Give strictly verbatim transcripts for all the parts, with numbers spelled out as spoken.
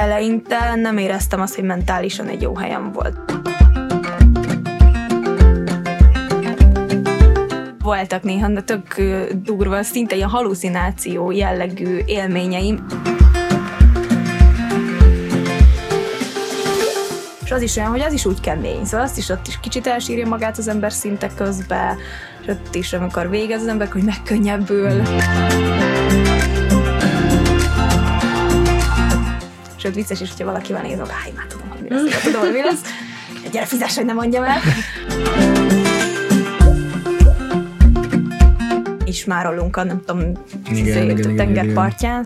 eleinte nem éreztem azt, hogy mentálisan egy jó helyem volt. Voltak néha de tök durva, szinte ilyen halucináció jellegű élményeim. És az is olyan, hogy az is úgy kemény, szóval azt is ott is kicsit elsírja magát az ember szinte közben, és ott is, amikor végez az ember, hogy megkönnyebbül. És ott vicces is, hogyha valaki van, nézom, áj, már tudom, hogy mi lesz, tudom, hogy mi lesz. Gyere, fizess, hogy ne mondjam el. Ismárolunk a, nem tudom, igen, igen, a tengerpartján.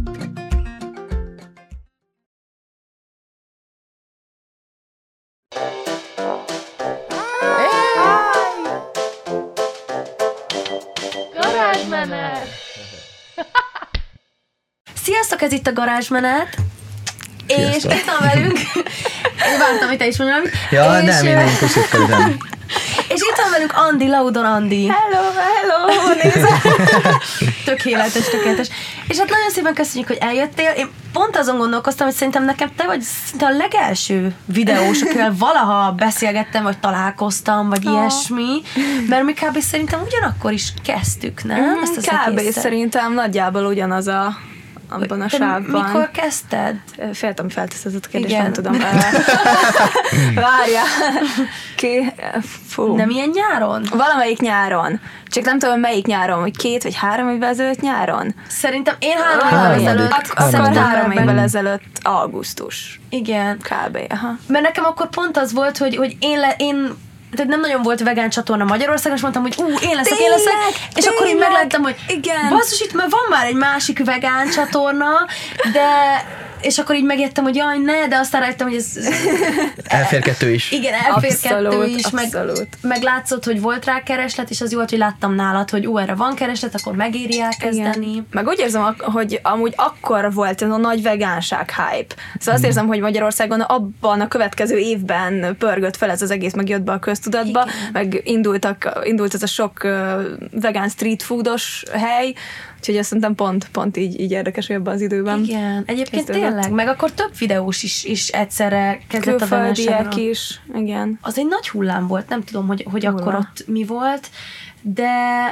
Garázsmenet! Sziasztok, ez itt a Garázsmenet. És itt van velünk. Én vártam, hogy te is mondjam. Ja, és nem, én nem köszönöm. És itt van velünk Andi, Laudon Andi. Hello, hello, nézzel. Tökéletes, tökéletes. És hát nagyon szépen köszönjük, hogy eljöttél. Én pont azon gondolkoztam, hogy szerintem nekem te vagy szinte a legelső videós, akivel valaha beszélgettem, vagy találkoztam, vagy oh. ilyesmi. Mert mi kb. Szerintem ugyanakkor is kezdtük, nem? Mm, Ezt az kb. egészet. Szerintem nagyjából ugyanaz a abban a te sávban. Mikor kezdted? Féltem, felteszed a kérdést, igen. nem tudom. Várjál. Ki? Fú. Nem ilyen nyáron? Valamelyik nyáron. Csak nem tudom, melyik nyáron, hogy két vagy három évvel ezelőtt nyáron. Szerintem én három évvel ezelőtt. Ak- akkor három évvel ezelőtt augusztus. Igen. Kb. Aha. Mert nekem akkor pont az volt, hogy, hogy én, le, én tehát nem nagyon volt vegán csatorna Magyarországon, és mondtam, hogy ú, én leszek, tényleg, én leszek, és tényleg, akkor így megláttam, hogy igen. basszus, itt már van már egy másik vegán csatorna, de és akkor így megértem, hogy jaj, ne, de aztán rájöttem, hogy ez... Elfér kettő is. Igen, elfér abszolút, kettő is, abszolút. meg, meg látszott, hogy volt rá kereslet, és az jó volt, hogy láttam nálad, hogy ú, erre van kereslet, akkor megéri elkezdeni. Igen. Meg úgy érzem, hogy amúgy akkor volt ez a nagy vegánság hype. Szóval azt érzem, hogy Magyarországon abban a következő évben pörgött fel ez az egész, meg jött be a köztudatba, igen. Meg indultak, indult ez a sok vegán street foodos hely, úgyhogy azt szerintem pont, pont így, így érdekes, hogy ebben az időben. Igen, egyébként tényleg, meg akkor több videós is, is egyszerre kezdett a veganságra. is, igen. Az egy nagy hullám volt, nem tudom, hogy, hogy akkor ott mi volt, de,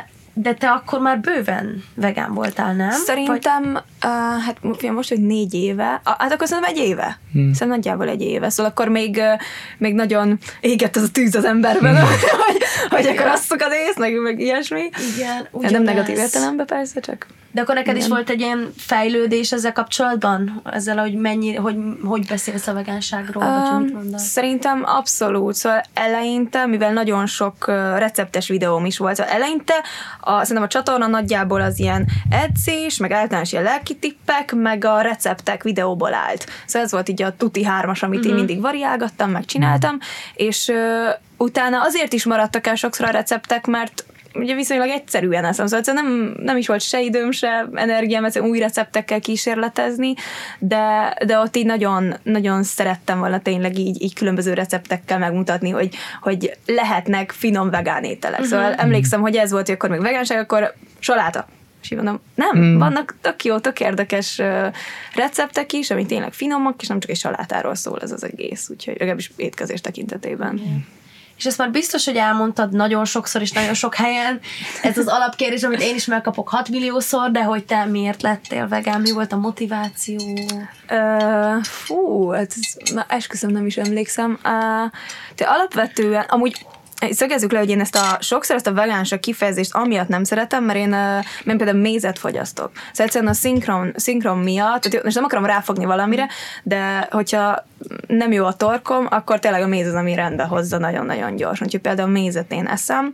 de te akkor már bőven vegán voltál, nem? Szerintem, Vagy... uh, hát most, hogy négy éve, uh, hát akkor szerintem egy éve. Hmm. Szerintem nagyjából egy éve. Szóval akkor még, uh, még nagyon égett az a tűz az emberben, hmm. hogy, hogy akkor asszuk az ész, meg, meg ilyesmi. Igen, ugyanez. Nem negatív értelemben persze, csak... De akkor neked igen. is volt egy ilyen fejlődés ezzel kapcsolatban? Ezzel, hogy mennyi, hogy, hogy beszélsz a vegánságról, um, vagy hogy mit mondasz? Szerintem abszolút. Szóval eleinte, mivel nagyon sok uh, receptes videóm is volt, szóval eleinte a, szerintem a csatorna nagyjából az ilyen edzés, meg általános ilyen lelki tippek, meg a receptek videóból állt. Szóval ez volt így a tuti hármas, amit uh-huh. én mindig variálgattam, meg csináltam, és uh, utána azért is maradtak el sokszor a receptek, mert ugye viszonylag egyszerűen eszem, szóval nem, nem is volt se időm, se energiám, új receptekkel kísérletezni, de, de ott így nagyon, nagyon szerettem volna tényleg így, így különböző receptekkel megmutatni, hogy, hogy lehetnek finom vegán ételek. Uh-huh. Szóval emlékszem, hogy ez volt, hogy akkor még vegánság, akkor saláta. És így mondom, nem, mm. vannak tök jó, tök érdekes uh, receptek is, ami tényleg finomak, és nem csak egy salátáról szól ez az egész, úgyhogy legalábbis étkezés tekintetében. Yeah. És ezt már biztos, hogy elmondtad nagyon sokszor és nagyon sok helyen. Ez az alapkérdés, amit én is megkapok hat milliószor, de hogy te miért lettél vegán? Mi volt a motiváció? Uh, fú, hát ez, esküszöm, nem is emlékszem. Uh, te alapvetően, amúgy szögezzük le, hogy én ezt a sokszor ezt a vegánság kifejezést amiatt nem szeretem, mert én, én például mézet fogyasztok. Szóval egyszerűen a szinkron, szinkron miatt, tehát most nem akarom ráfogni valamire, de hogyha nem jó a torkom, akkor tényleg a méz az, ami rendbe hozza nagyon-nagyon gyorsan. Úgyhogy például mézet én eszem,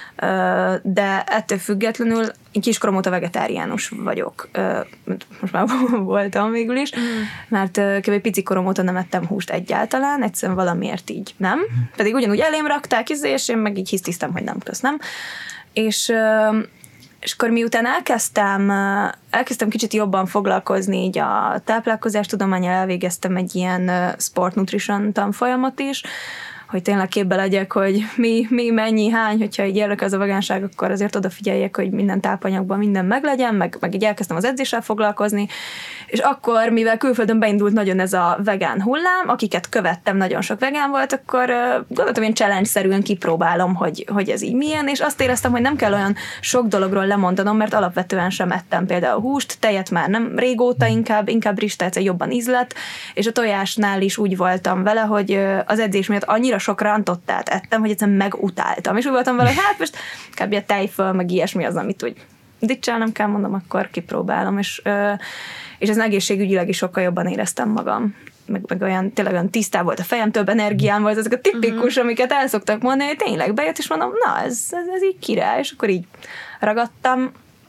de ettől függetlenül én kiskorom óta vegetáriánus vagyok. Most már voltam végül is, mm. mert kb. Pici korom óta nem ettem húst egyáltalán, egyszerűen valamiért így nem. Pedig ugyanúgy elém rakták, és én meg így hisztisztem, hogy nem, kösz, nem. És, és akkor miután elkezdtem, elkezdtem kicsit jobban foglalkozni így a táplálkozástudománnyal, elvégeztem egy ilyen sport nutrition tanfolyamot is, hogy tényleg képbe legyek, hogy mi, mi, mennyi, hány, hogyha így érdekel az a vegánság, akkor azért odafigyeljek, hogy minden tápanyagban minden meglegyen, meg, meg így elkezdtem az edzéssel foglalkozni, És akkor, mivel külföldön beindult nagyon ez a vegán hullám, akiket követtem, nagyon sok vegán volt, akkor gondoltam, én challenge-szerűen kipróbálom, hogy, hogy ez így milyen, és azt éreztem, hogy nem kell olyan sok dologról lemondanom, mert alapvetően sem ettem például húst, tejet már nem régóta, inkább, inkább ristát jobban ízlett, és a tojásnál is úgy voltam vele, hogy az edzés miatt annyira sok rántottát ettem, hogy egyszerűen megutáltam, és úgy voltam vele, hogy hát most kb. A tejföl, meg ilyesmi az, amit úgy dicsálnom kell, mondom, akkor kipróbálom, és, és ez egészségügyileg is sokkal jobban éreztem magam. Meg, meg olyan, tényleg olyan tisztább volt a fejem, több energiám volt, ezek a tipikus, uh-huh. amiket el szoktak mondani, hogy tényleg bejött, és mondom, na, ez, ez, ez így király, és akkor így ragadtam,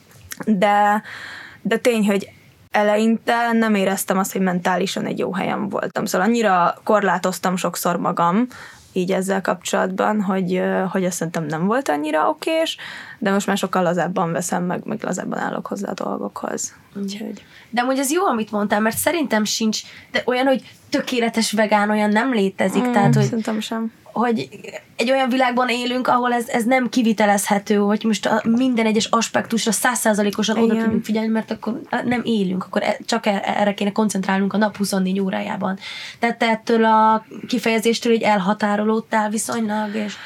de, de tény, hogy eleinte nem éreztem azt, hogy mentálisan egy jó helyen voltam. Szóval annyira korlátoztam sokszor magam, így ezzel kapcsolatban, hogy, hogy azt szerintem nem volt annyira okés, de most már sokkal lazábban veszem, meg, meg lazábban állok hozzá a dolgokhoz. Úgyhogy. De amúgy ez jó, amit mondtál, mert szerintem sincs, de olyan, hogy tökéletes vegán, olyan nem létezik. Mm, tehát, hogy, szerintem sem. Hogy egy olyan világban élünk, ahol ez, ez nem kivitelezhető, hogy most a minden egyes aspektusra száz százalékosan oda tudunk figyelni, mert akkor nem élünk, akkor csak erre kéne koncentrálnunk a nap huszonnégy órájában. Tehát te ettől a kifejezéstől így elhatárolódtál viszonylag, és...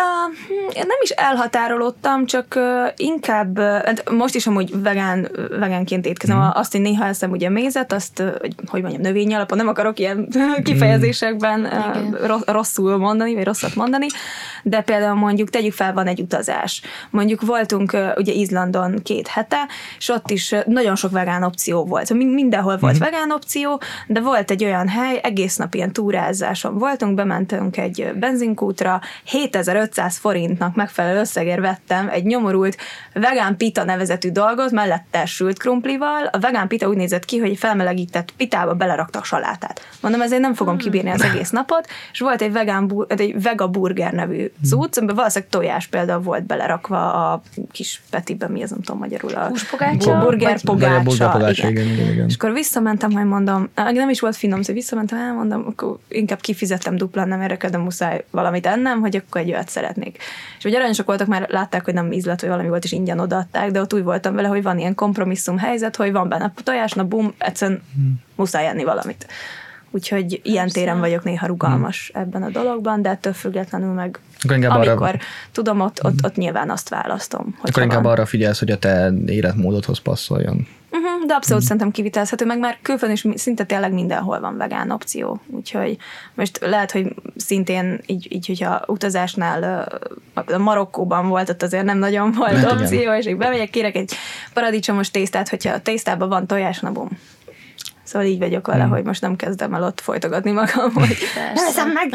Uh, én nem is elhatárolódtam, csak uh, inkább, uh, most is amúgy vegán, vegánként étkezem, mm. azt, hogy néha eszem ugye mézet, azt, uh, hogy mondjam, növényi alapon, nem akarok ilyen kifejezésekben uh, rosszul mondani, vagy rosszat mondani, de például mondjuk tegyük fel, van egy utazás. Mondjuk voltunk uh, ugye Izlandon két hete, és ott is uh, nagyon sok vegán opció volt. Mindenhol volt mm. vegán opció, de volt egy olyan hely, egész nap ilyen túrázáson voltunk, bementünk egy benzinkútra, hétezer-ötszáz forintnak megfelelő összegért vettem egy nyomorult vegán pita nevezetű dolgot, mellette sült krumplival. A vegán pita úgy nézett ki, hogy felmelegített pitába beleraktak salátát. Mondom, ezért nem fogom kibírni az egész napot, és volt egy vegán bur- egy vega burger nevű cucc, amiben valószínűleg tojás például volt belerakva a kis petiben, mi az, nem tudom magyarul. A húspogácsa? Burger pogácsa. Burger pogácsa, igen. Igen, igen. És akkor visszamentem, hogy mondom, nem is volt finom, szóval visszamentem, elmondom, akkor inkább kifizettem duplán, nem érdekel, de muszáj valamit ennem, hogy akkor egy olyat szeretnék. És ugye aranyosok voltak, már látták, hogy nem ízlet, hogy valami volt, és ingyen odaadták, de ott úgy voltam vele, hogy van ilyen kompromisszum helyzet, hogy van benne tojás, na bum, egyszerűen hmm. muszáj enni valamit. Úgyhogy ilyen téren vagyok néha rugalmas hmm. ebben a dologban, de ettől függetlenül meg amikor arra... tudom, ott, ott, ott nyilván azt választom. Akkor inkább van. Arra figyelsz, hogy a te életmódodhoz passzoljon. Uh-huh, de abszolút hmm. szerintem kivitelezhető, meg már külföldön is szinte tényleg mindenhol van vegán opció. Úgyhogy most lehet, hogy szintén így, így hogyha utazásnál a Marokkóban volt, ott azért nem nagyon volt lehet, opció, igen. És így bemegyek, kérek egy paradicsomos tésztát, hogyha a tésztában van tojás, na bum. Szóval így vagyok vele, hmm. hogy most nem kezdem el ott folytogatni magam, hogy ne veszem meg!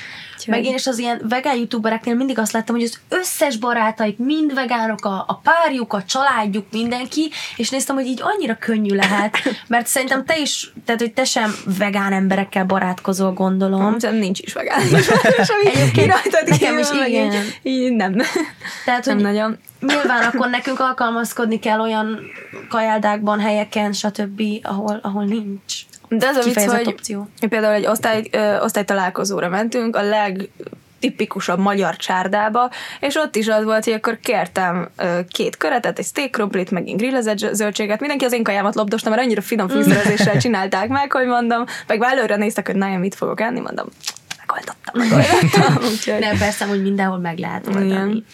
Meg én is az ilyen vegán youtubereknél mindig azt láttam, hogy az összes barátaik mind vegánok, a, a párjuk, a családjuk, mindenki, és néztem, hogy így annyira könnyű lehet, mert szerintem te is, tehát hogy te sem vegán emberekkel barátkozol, gondolom. Nem, nincs is vegán. Egyébként nekem is igen. Így, így nem. Tehát, nem hogy nagyon. Nyilván akkor nekünk alkalmazkodni kell olyan kajáldákban, helyeken, stb., ahol, ahol nincs. De ez a vicc, hogy opció. Például egy osztály, ö, osztálytalálkozóra mentünk, a legtipikusabb magyar csárdába, és ott is az volt, hogy akkor kértem ö, két köretet, egy steak krumplit, megint grillezett zöldséget, mindenki az én kajámat lopdostam, mert annyira finom fűszerezéssel csinálták meg, hogy mondom, meg már előre néztek, hogy nagyon mit fogok enni, mondom, megoldottam, megoldottam. Úgyhogy... Nem, persze, hogy mindenhol meg lehet oldani.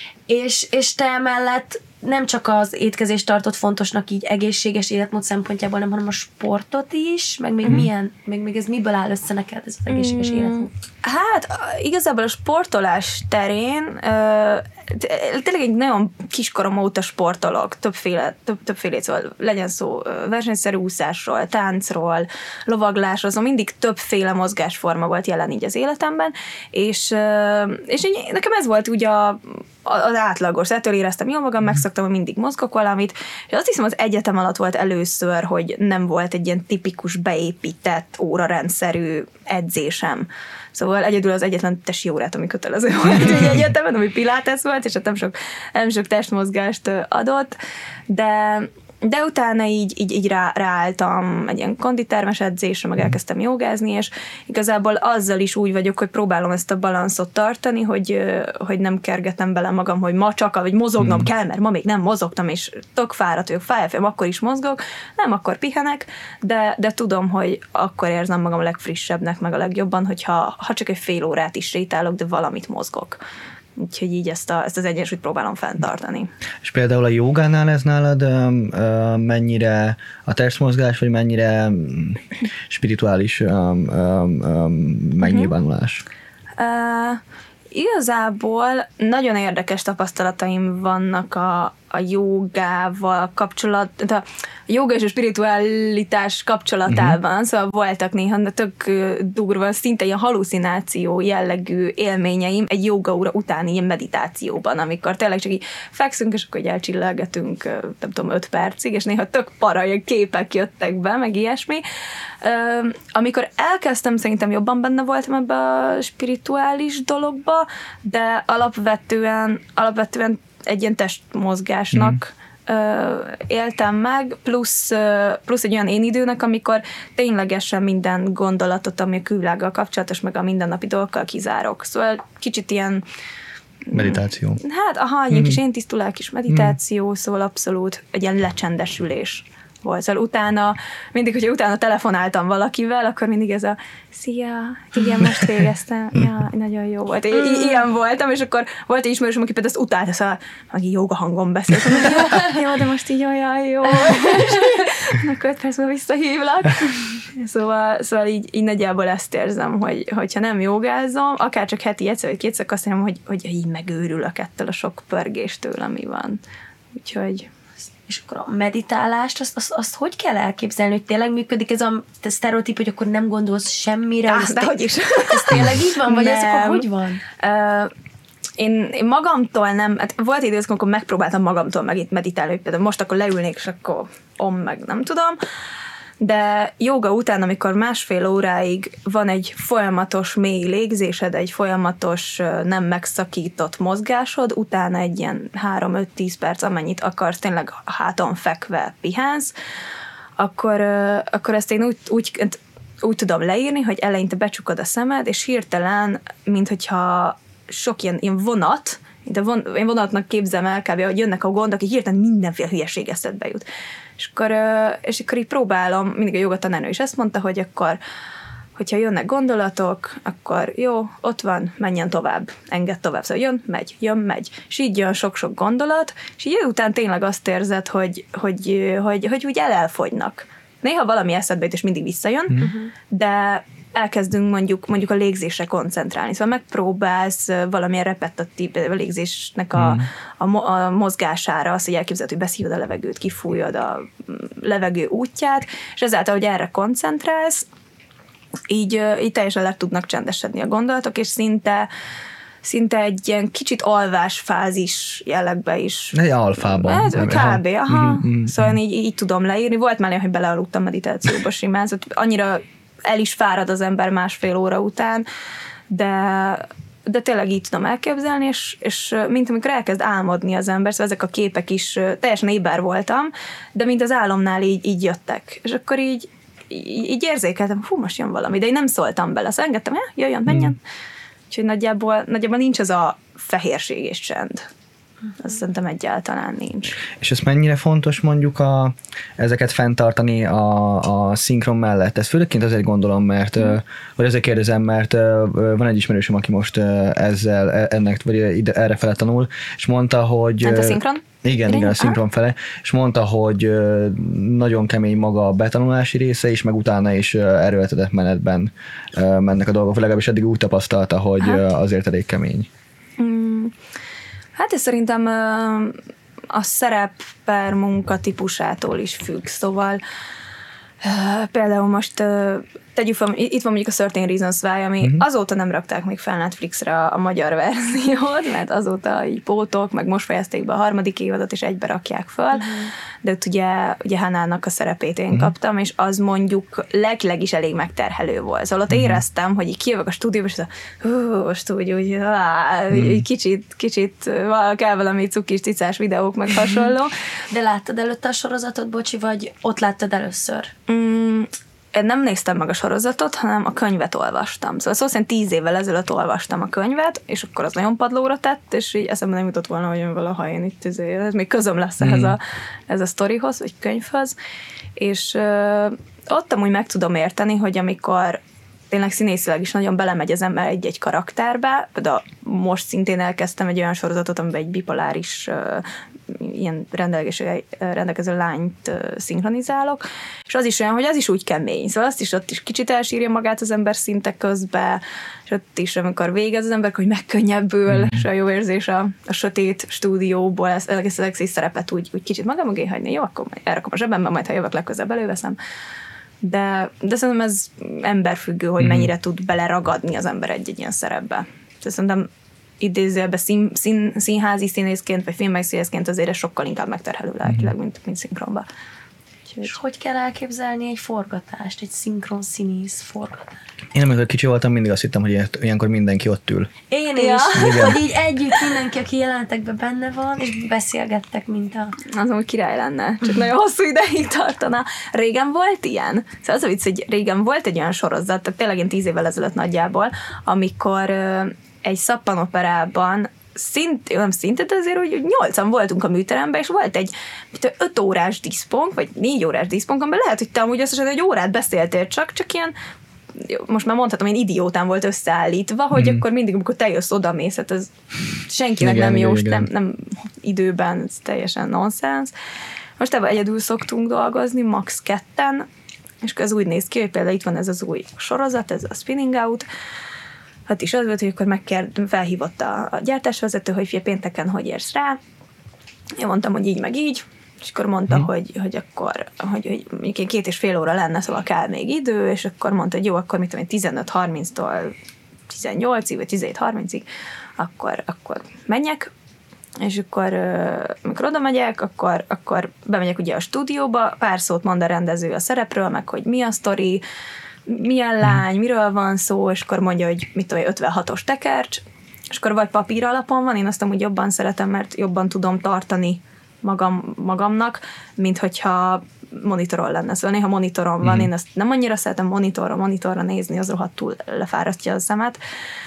És, és te emellett nem csak az étkezést tartott fontosnak így egészséges életmód szempontjából, nem, hanem a sportot is, meg még mm. milyen, meg még ez miből áll össze neked ez az egészséges mm. életmód? Hát igazából a sportolás terén uh, tényleg egy nagyon kiskorom óta sportolok, többféle, több, többféle, szóval legyen szó versenyszerű úszásról, táncról, lovaglásról, azon mindig többféle mozgásforma volt jelen így az életemben, és, és így, nekem ez volt ugye a, az átlagos, ettől éreztem jól magam, megszoktam, hogy mindig mozgok valamit, és azt hiszem az egyetem alatt volt először, hogy nem volt egy ilyen tipikus beépített órarendszerű edzésem. Szóval egyedül az egyetlen tesi órát, ami kötelező volt egy egyetemen, ami pilates volt, és ott nem sok, nem sok testmozgást adott, de de utána így, így, így rá, ráálltam egy ilyen konditermes edzésre, meg elkezdtem jogázni, és igazából azzal is úgy vagyok, hogy próbálom ezt a balanszot tartani, hogy, hogy nem kergetem bele magam, hogy ma csak, vagy mozognom mm. kell, mert ma még nem mozogtam, és tök fáradt vagyok, fáj a fejem, akkor is mozgok, nem, akkor pihenek, de, de tudom, hogy akkor érzem magam a legfrissebbnek, meg a legjobban, hogyha ha csak egy fél órát is sétálok, de valamit mozgok. Úgyhogy így ezt, a, ezt az egyensúlyt próbálom fenntartani. És például a jogánál ez nálad um, uh, mennyire a testmozgás, vagy mennyire um, spirituális um, um, um, megnyilvánulás? Uh, igazából nagyon érdekes tapasztalataim vannak a, a jogával kapcsolat, a joga és a spiritualitás kapcsolatában, uh-huh. szóval voltak néha tök durva, szinte ilyen halucináció jellegű élményeim egy jogaóra utáni ilyen meditációban, amikor tényleg csak így fekszünk, és akkor így elcsillelgetünk, nem tudom, öt percig, és néha tök para, ilyen képek jöttek be, meg ilyesmi. Amikor elkezdtem, szerintem jobban benne voltam ebbe a spirituális dologba, de alapvetően, alapvetően egy ilyen testmozgásnak mm. éltem meg, plusz, plusz egy olyan én időnek, amikor ténylegesen minden gondolatot, ami a külvilággal kapcsolatos, meg a mindennapi dolgokkal kizárok. Szóval kicsit ilyen meditáció. Hát, aha, egy mm. kis én tisztú lelkis meditáció, mm. szóval abszolút egy ilyen lecsendesülés volt. Szóval utána, mindig, hogyha utána telefonáltam valakivel, akkor mindig ez a szia, igen, most végeztem, ja, nagyon jó volt. I- i- ilyen voltam, és akkor volt egy ismerősöm, aki például ezt utálta, szóval meg így jóga hangon beszélt, hogy jó, jó, de most így olyan jó. Akkor öt percben visszahívlak. Szóval, szóval így, így nagyjából ezt érzem, hogy, hogyha nem jogázom, akár csak heti egyszer vagy kétszer, azt mondom, hogy, hogy így megőrülök ettől a sok pörgéstől, ami van. Úgyhogy... És akkor a meditálást, azt, azt, azt hogy kell elképzelni, hogy tényleg működik ez a sztereotíp, hogy akkor nem gondolsz semmire? Ah, de hogy is. Ez tényleg így van? Vagy nem. ez akkor hogy van? Uh, én, én magamtól nem, hát volt időszak, amikor megpróbáltam magamtól meg meditálni, hogy például most akkor leülnék, és akkor om meg, nem tudom. De jóga után, amikor másfél óráig van egy folyamatos mély légzésed, egy folyamatos nem megszakított mozgásod, utána egy ilyen három-öt-tíz perc, amennyit akarsz, tényleg háton fekve pihensz, akkor, akkor ezt én úgy, úgy, úgy tudom leírni, hogy eleinte becsukod a szemed, és hirtelen, minthogyha sok ilyen, ilyen vonat, mint a von, én vonatnak képzelem el kb., hogy jönnek a gondok, így hirtelen mindenféle hülyeség eszedbe jut. És akkor, és akkor így próbálom, mindig a jogatanárnő is ezt mondta, hogy akkor, hogyha jönnek gondolatok, akkor jó, ott van, menjen tovább, engedd tovább. Szóval jön, megy, jön, megy. És így jön sok-sok gondolat, és így után tényleg azt érzed, hogy, hogy, hogy, hogy úgy el-elfogynak. Néha valami eszedbe jut, és mindig visszajön, uh-huh. de elkezdünk mondjuk, mondjuk a légzésre koncentrálni. Szóval megpróbálsz valamilyen repetitív légzésnek a, mm. a, a mozgására, azt, hogy elképzeled, hogy beszívod a levegőt, kifújod a levegő útját, és ezáltal, hogy erre koncentrálsz, így, így teljesen le tudnak csendesedni a gondolatok, és szinte szinte egy ilyen kicsit alvás fázis jellegbe is. Egy alfában. Ez kb. Aha. Mm-hmm. Szóval így, így tudom leírni. Volt már, hogy belealudtam meditációba simán, szóval annyira el is fárad az ember másfél óra után, de, de tényleg így tudom elképzelni, és, és mint amikor elkezd álmodni az ember, szóval ezek a képek is, teljesen éber voltam, de mint az álomnál így, így jöttek. És akkor így, így, így érzékeltem, hú, most jön valami, de én nem szóltam bele, azt engedtem, ja, jöjjön, menjen. Mm. Úgyhogy nagyjából, nagyjából nincs az a fehérség és csend. Azt szerintem egyáltalán nincs. És ez mennyire fontos mondjuk a, ezeket fenntartani a, a szinkron mellett? Ez főleg azért gondolom, mert, mm. vagy azért kérdezem, mert van egy ismerősöm, aki most ezzel, ennek, vagy ide, erre fele tanul, és mondta, hogy... Hát a szinkron? Igen, igen, a szinkron fele, és mondta, hogy nagyon kemény maga a betanulási része is, meg utána is erőltetett menetben mennek a dolgok, legalábbis eddig úgy tapasztalta, hogy hát. azért elég kemény. Mm. Hát ez szerintem a szerep per munka típusától is függ, szóval például most tegyük fel, itt van mondjuk a thirteen Reasons Why, ami uh-huh. azóta nem rakták még fel Netflixre a, a magyar verziót, mert azóta így pótok, meg most fejezték be a harmadik évadot, és egybe rakják föl, uh-huh. de ott ugye, ugye Hannah-nak a szerepét én uh-huh. kaptam, és az mondjuk leg-leg is elég megterhelő volt. Szóval ott uh-huh. éreztem, hogy így kijövök a stúdióba, és hú, most úgy, úgy, á, uh-huh. úgy kicsit, kicsit kell valami cukis cicás videók, meg hasonló. De láttad előtte a sorozatot, bocsi, vagy ott láttad először? Mm, én nem néztem meg a sorozatot, hanem a könyvet olvastam. Szóval szó szerint tíz évvel ezelőtt olvastam a könyvet, és akkor az nagyon padlóra tett, és így eszembe nem jutott volna, hogy én valaha én itt ezért, ez még közöm lesz mm. ehhez a, ez a sztorihoz, vagy könyvhöz. És ö, ott amúgy meg tudom érteni, hogy amikor tényleg színészileg is nagyon belemegy az ember egy-egy karakterbe, de most szintén elkezdtem egy olyan sorozatot, amiben egy bipoláris uh, ilyen rendelkező lányt uh, szinkronizálok, és az is olyan, hogy az is úgy kemény, szóval azt is ott is kicsit elsírja magát az ember szinte közben, és ott is, amikor végez az ember, hogy megkönnyebbül, mm. és a jó érzés a, a sötét stúdióból ezt az egész szerepet úgy, úgy kicsit magam mögé hagyni, jó, akkor elrakom a zsebembe, majd ha jövök legközelebb előveszem. De, de szerintem ez emberfüggő, hogy mennyire tud beleragadni az ember egy-egy ilyen szerepbe. De szerintem idézőjelben szín, szín, színházi színészként, vagy filmmegszínészként azért ez sokkal inkább megterhelő lelkileg, mint, mint szinkronba. És hogy kell elképzelni egy forgatást, egy szinkron színész forgatást? Én amikor kicsi voltam, mindig azt hittem, hogy ilyenkor mindenki ott ül. Én ja. is, hogy így együtt mindenki, aki jelentekben benne van, és beszélgettek, mint a... Az amúgy király lenne, csak nagyon hosszú ideig tartana. Régen volt ilyen? Szóval az a vicc, hogy régen volt egy olyan sorozat, tehát tényleg én tíz évvel ezelőtt nagyjából, amikor ö, egy szappanoperában szint, nem szinte, de azért, hogy nyolcan voltunk a műteremben, és volt egy öt órás diszpont, vagy négy órás diszpont, amiben lehet, hogy te amúgy összesen egy órát beszéltél csak, csak ilyen, most már mondhatom, én idiótán volt összeállítva, hogy mm. akkor mindig, amikor te jössz oda-mész, hát ez senkinek igen, nem jó, nem, nem időben, ez teljesen nonsens. Most ebben egyedül szoktunk dolgozni, max. ketten, és ez úgy néz ki, hogy például itt van ez az új sorozat, ez a Spinning Out. Hát is az volt, hogy akkor megkérd, felhívott a, a gyártásvezető, hogy fia, pénteken hogy érsz rá. Én mondtam, hogy így meg így, és akkor mondta, hmm. hogy, hogy akkor, hogy, hogy mondjuk két és fél óra lenne, szóval kell még idő, és akkor mondta, hogy jó, akkor mit tudom én, tizenöt harminctól tizennyolcig, vagy tizenhét harmincig, akkor, akkor menjek, és akkor, amikor oda megyek, akkor, akkor bemegyek ugye a stúdióba, pár szót mond a rendező a szerepről, meg hogy mi a sztori, milyen lány, miről van szó, és akkor mondja, hogy mit tudom, ötvenhatos tekercs, és akkor vagy papír alapon van, én azt amúgy jobban szeretem, mert jobban tudom tartani magam, magamnak, mint hogyha monitoron lenne. Szóval néha monitoron van, mm. én azt nem annyira szeretem monitorra, monitorra nézni, az rohadtul lefárasztja a szemet.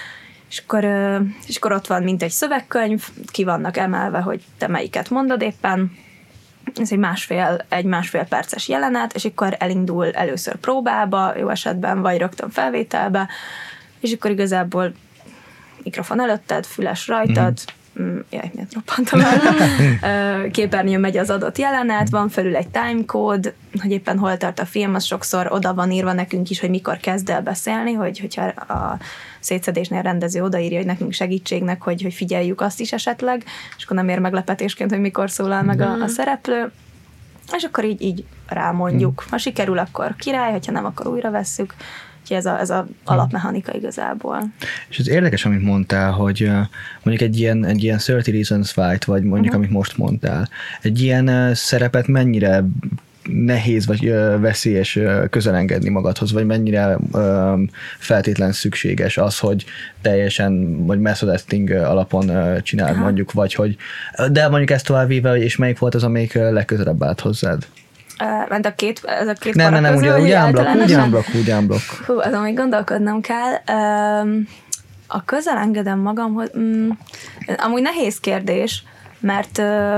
És akkor, és akkor ott van mint egy szövegkönyv, ki vannak emelve, hogy te melyiket mondod éppen, ez egy másfél, egy másfél perces jelenet, és akkor elindul először próbába, jó esetben, vagy rögtön felvételbe, és akkor igazából mikrofon előtted, füles rajtad, mm. jaj, miért roppantam el, képernyőn megy az adott jelenet, van felül egy timecode, hogy éppen hol tart a film, az sokszor oda van írva nekünk is, hogy mikor kezd el beszélni, hogy, hogyha a szétszedésnél rendező odaírja, hogy nekünk segítségnek, hogy, hogy figyeljük azt is esetleg, és akkor nem ér meglepetésként, hogy mikor szólal meg a, a szereplő, és akkor így, így rámondjuk. Ha sikerül, akkor király, hogyha nem, akkor újra vesszük. Úgyhogy ez a, ez a alapmechanika igazából. És ez érdekes, amit mondtál, hogy mondjuk egy ilyen, egy ilyen thirty Reasons Why-t, vagy mondjuk, uh-huh. amit most mondtál, egy ilyen szerepet mennyire nehéz vagy ö, veszélyes ö, közelengedni magadhoz, vagy mennyire ö, feltétlen szükséges az, hogy teljesen, vagy method acting alapon ö, csináld Aha. mondjuk, vagy hogy, de mondjuk ezt továbbvéve, és melyik volt az, amelyik legközelebb állt hozzád? Ment a két, ez a két nem, nem, nem, ugye, úgy ámblok, úgy ámblok, úgy ámblok. Hú, azon még gondolkodnom kell. A közel engedem magamhoz, mm, amúgy nehéz kérdés, mert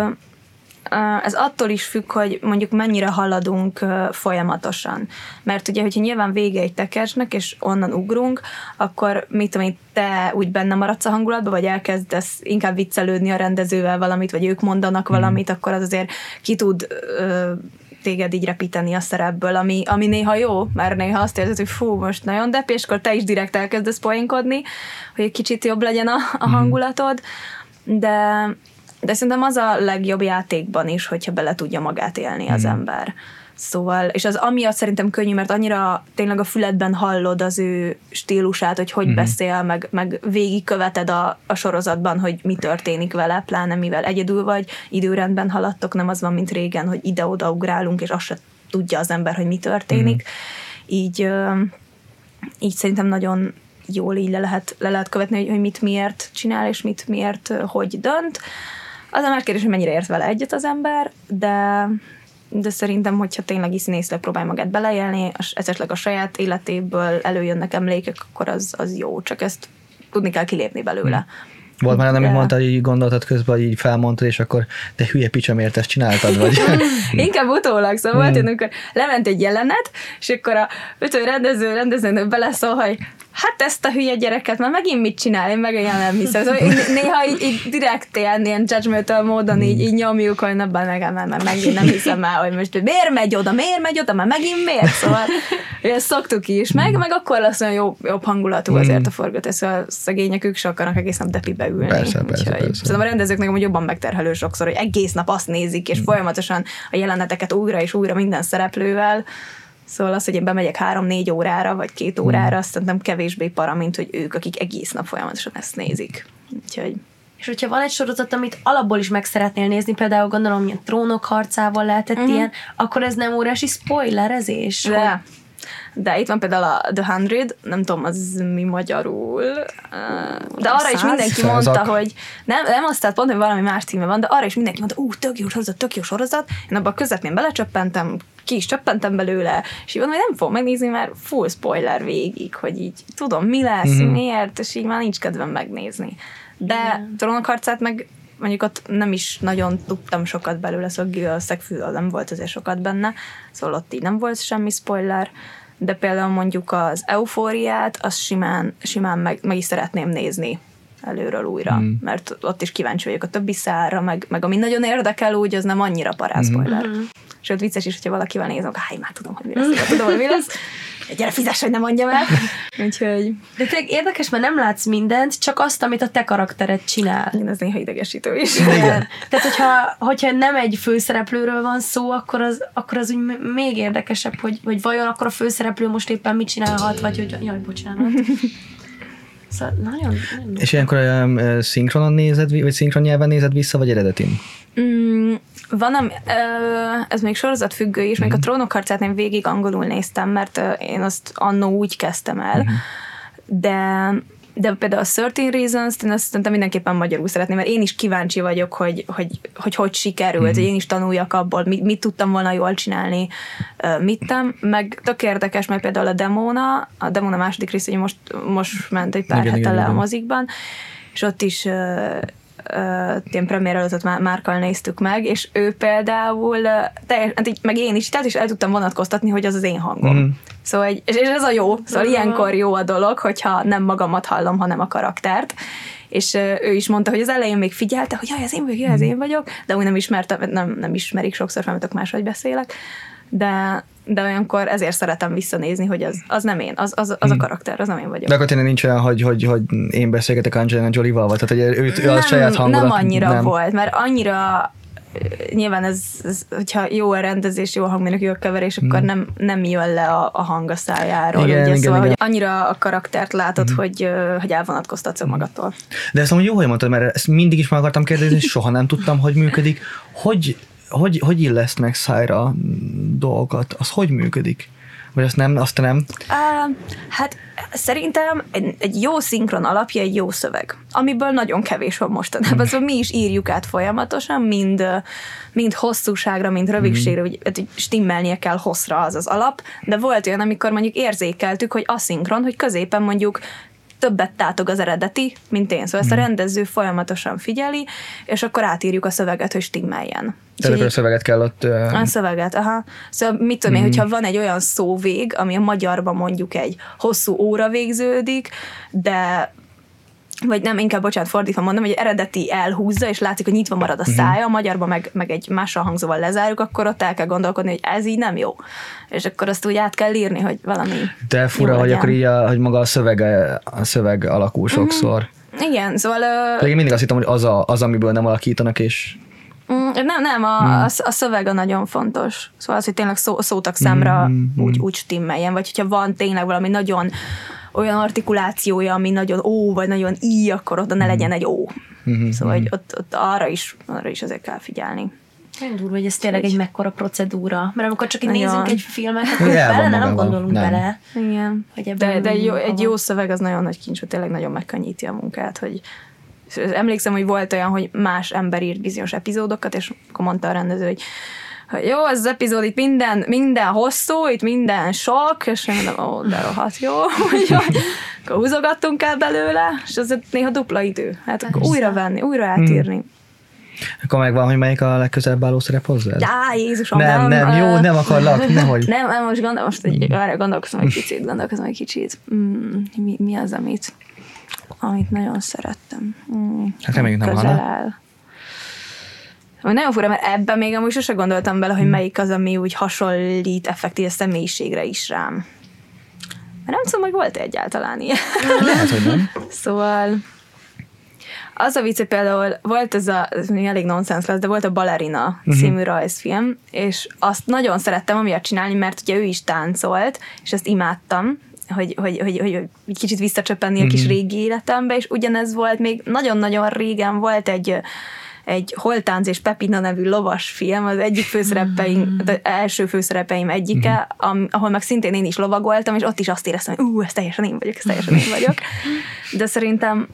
ez attól is függ, hogy mondjuk mennyire haladunk folyamatosan. Mert ugye, hogyha nyilván vége egy tekercsnek, és onnan ugrunk, akkor mit tudom én, te úgy benne maradsz a hangulatba, vagy elkezdesz inkább viccelődni a rendezővel valamit, vagy ők mondanak valamit, mm. akkor az azért ki tud ö, téged így repíteni a szerepből, ami, ami néha jó, mert néha azt érzed, hogy fú, most nagyon depi, és akkor te is direkt elkezdesz poénkodni, hogy egy kicsit jobb legyen a, a hangulatod, de, de szerintem az a legjobb játékban is, hogyha bele tudja magát élni az mm. ember. Szóval, és az amiatt szerintem könnyű, mert annyira tényleg a füledben hallod az ő stílusát, hogy hogy mm-hmm. beszél, meg, meg végigköveted a, a sorozatban, hogy mi történik vele, pláne mivel egyedül vagy, időrendben haladtok, nem az van, mint régen, hogy ide-oda ugrálunk, és azt se tudja az ember, hogy mi történik. Mm-hmm. Így, így szerintem nagyon jól így le lehet, le lehet követni, hogy, hogy mit miért csinál, és mit miért, hogy dönt. Az a más kérdés, hogy mennyire ért vele egyet az ember, de de szerintem, hogyha tényleg is színészleg próbálj magát beleélni, esetleg a saját életéből előjönnek emlékek, akkor az, az jó, csak ezt tudni kell kilépni belőle. Hmm. Volt már, amit mondtad, hogy így gondoltad közben, hogy így felmondtad, és akkor te hülye picsa, miért ezt csináltad, vagy? Inkább utólag, szóval volt, hogy amikor lement egy jelenet, és akkor a ötő rendező, rendezőnő beleszól, hogy hát ezt a hülye gyereket már megint mit csinál, én meg olyan nem hiszem. Szóval néha így, így direkt ilyen, ilyen judgmental módon így, így nyomjuk, hogy nebben meg, meg, meg megint nem hiszem el, hogy most miért megy oda, miért megy oda, már megint miért? Szóval ezt szoktuk is, meg, meg akkor lesz olyan jobb, jobb hangulatú azért a forgatás, szóval szegények ők se akarnak egész nap depibe ülni. Persze, persze, persze. Szerintem a rendezőknek amúgy jobban megterhelő sokszor, hogy egész nap azt nézik, és folyamatosan a jeleneteket újra és újra minden szereplővel. Szóval az, hogy én bemegyek három-négy órára, vagy két órára, azt szerintem kevésbé para, mint hogy ők, akik egész nap folyamatosan ezt nézik. Úgyhogy... És hogyha van egy sorozat, amit alapból is meg szeretnél nézni, például gondolom, ilyen Trónok harcával lehetett uh-huh. ilyen, akkor ez nem óriási spoilerezés? De, hogy... de itt van például a The Hundred, nem tudom, az mi magyarul, de arra is mindenki mondta, hogy nem, nem azt, tehát pont, hogy valami más címe van, de arra is mindenki mondta, ú, tök jó sorozat, tök jó sorozat, én abban a közepén belecsöppentem, ki is csöppentem belőle, és így mondom, hogy nem fogom megnézni, mert full spoiler végig, hogy így tudom, mi lesz, mm-hmm. miért, és így már nincs kedvem megnézni. De Trónok harcát meg mondjuk ott nem is nagyon tudtam sokat belőle, szóval a szegfül nem volt azért sokat benne, szóval ott így nem volt semmi spoiler, de például mondjuk az Eufóriát, azt simán, simán meg, meg is szeretném nézni előről újra, mm. mert ott is kíváncsi vagyok a többi szárra, meg, meg ami nagyon érdekel úgy, az nem annyira parás spoiler. Mm. Sőt, vicces is, hogyha valakivel nézek, háj, már tudom, hogy mi lesz, tudom, hogy mi lesz. Gyere, fizess, hogy nem mondjam el. Úgyhogy... De tényleg érdekes, mert nem látsz mindent, csak azt, amit a te karaktered csinál. Igen, ez néha idegesítő is. Igen. Tehát, hogyha, hogyha nem egy főszereplőről van szó, akkor az, akkor az úgy még érdekesebb, hogy, hogy vajon akkor a főszereplő most éppen mit csinálhat, vagy hogy jaj, bocsánat. Szóval nagyon... nagyon És ilyenkor uh, szinkronon nézed, vagy szinkron nyelven nézed vissza, vagy eredetin? Mm, van, ami, ez még sorozatfüggő is, mm. még a Trónok harcát én végig angolul néztem, mert én azt annó úgy kezdtem el, mm. de, de például a tizenhárom Reasons, én azt szerintem mindenképpen magyarul szeretném, mert én is kíváncsi vagyok, hogy hogy, hogy, hogy sikerült, mm. hogy én is tanuljak abból, mit, mit tudtam volna jól csinálni, mit nem, meg tök érdekes, mert például a Demona, a Demona második rész, hogy most, most ment egy pár hete le a mozikban, és ott is Uh, ilyen premier előtt már Márkkal néztük meg, és ő például uh, teljes, hát így, meg én is, tehát is el tudtam vonatkoztatni, hogy az az én hangom. Mm. Szóval, és, és ez a jó, szóval mm. ilyenkor jó a dolog, hogyha nem magamat hallom, hanem a karaktert. És uh, ő is mondta, hogy az elején még figyelte, hogy jaj, ez én vagyok, jaj, ez én vagyok, de úgy nem ismertem, nem, nem ismerik sokszor, mert máshogy beszélek. De, de olyankor ezért szeretem visszanézni, hogy az, az nem én, az, az, az a karakter, az nem én vagyok. De akkor tényleg nincs olyan, hogy, hogy, hogy én beszélgetek Angelina Jolie-val, vagy tehát hogy ő, ő a saját hangodat. Nem annyira nem. volt, mert annyira nyilván ez, ez, hogyha jó a rendezés, jó a hangmérnök, jó a keverés, akkor hmm. nem, nem jön le a, a hang a szájáról. Igen, ugye? igen, szóval, igen. hogy annyira a karaktert látod, hmm. hogy, hogy elvonatkoztatsz hmm. magadtól. De ezt amúgy jó, hogy mondtad, mert ezt mindig is meg akartam kérdezni, és soha nem tudtam, hogy működik. Hogy Hogy, hogy illeszt meg szájra dolgokat? Az hogy működik? Vagy azt nem? Azt nem? Uh, hát szerintem egy, egy jó szinkron alapja egy jó szöveg, amiből nagyon kevés van mostanában. Mm. Szóval mi is írjuk át folyamatosan, mind, mind hosszúságra, mind rövidségre, mm. hogy, hogy stimmelnie kell hosszra az az alap, de volt olyan, amikor mondjuk érzékeltük, hogy aszinkron, hogy középen mondjuk többet tátog az eredeti, mint én. Szóval ezt a rendező folyamatosan figyeli, és akkor átírjuk a szöveget, hogy stimmeljen. Tehát akkor a szöveget kell ott... Uh... A szöveget, aha. Szóval mit tudom én, mm. hogyha van egy olyan szóvég, ami a magyarban mondjuk egy hosszú óra végződik, de vagy nem, inkább, bocsánat, fordítva mondom, hogy eredeti elhúzza, és látszik, hogy nyitva marad a szája, a magyarban meg, meg egy mással hangzóval lezárjuk, akkor ott el kell gondolkodni, hogy ez így nem jó. És akkor azt úgy át kell írni, hogy valami de fura, hogy akkor így a, hogy maga a szöveg, a szöveg alakul sokszor. Mm-hmm. Igen, szóval... Pedig mindig azt hittem, hogy az, a, az, amiből nem alakítanak, és... Mm, nem, nem, a, mm. a, a szöveg a nagyon fontos. Szóval az, hogy tényleg szó, szótak számra mm. úgy, úgy stimmeljen, vagy hogyha van tényleg valami nagyon olyan artikulációja, ami nagyon ó, vagy nagyon í, akkor oda ne legyen egy ó. Mm-hmm. Szóval hogy ott, ott arra, is, arra is azért kell figyelni. Nagyon durva, hogy ez tényleg egy mekkora procedúra. Mert amikor csak így nagyon. nézünk egy filmet, akkor bele nem gondolunk nem. bele. Igen. Hogy de de egy, jó, egy jó szöveg az nagyon nagy kincs, hogy tényleg nagyon megkönnyíti a munkát, hogy emlékszem, hogy volt olyan, hogy más ember írt bizonyos epizódokat, és akkor mondta a rendező, hogy, hogy jó, ez az epizód, itt minden, minden hosszú, itt minden sok, és én mondom, ó, de rohadt jó, úgyhogy akkor húzogattunk el belőle, és az néha dupla idő. Hát akkor újra venni, újra átírni. Hmm. Akkor megvan, hogy melyik a legközelebb álló szerep hozzád? Á, Jézusom, nem. Nem, nem, jó, nem akarlak, nehogy. Nem, nem, most, gondol, most egy, arra gondolkozom egy kicsit, gondolkozom egy kicsit. Mm, mi, mi az, amit, amit nagyon szerettem? Mm, hát reméljük nem Hana. Nagyon fura, mert ebben még amúgy sose gondoltam bele, hogy melyik az, ami úgy hasonlít effektív személyiségre is rám. Mert nem tudom, hogy volt egyáltalán ilyen. Lehet, hogy nem. Szóval az a vicc, hogy például volt ez a, ez elég nonsens lesz, de volt a Ballerina uh-huh. című rajzfilm, és azt nagyon szerettem amiatt csinálni, mert ugye ő is táncolt, és ezt imádtam, hogy, hogy, hogy, hogy egy kicsit visszacsöppenni uh-huh. a kis régi életembe, és ugyanez volt, még nagyon-nagyon régen volt egy egy Holtánc és Pepina nevű lovas film, az egyik főszerepeim, az első főszerepeim egyike, am, ahol meg szintén én is lovagoltam, és ott is azt éreztem, hogy ú, ez teljesen én vagyok, ez teljesen én vagyok. De szerintem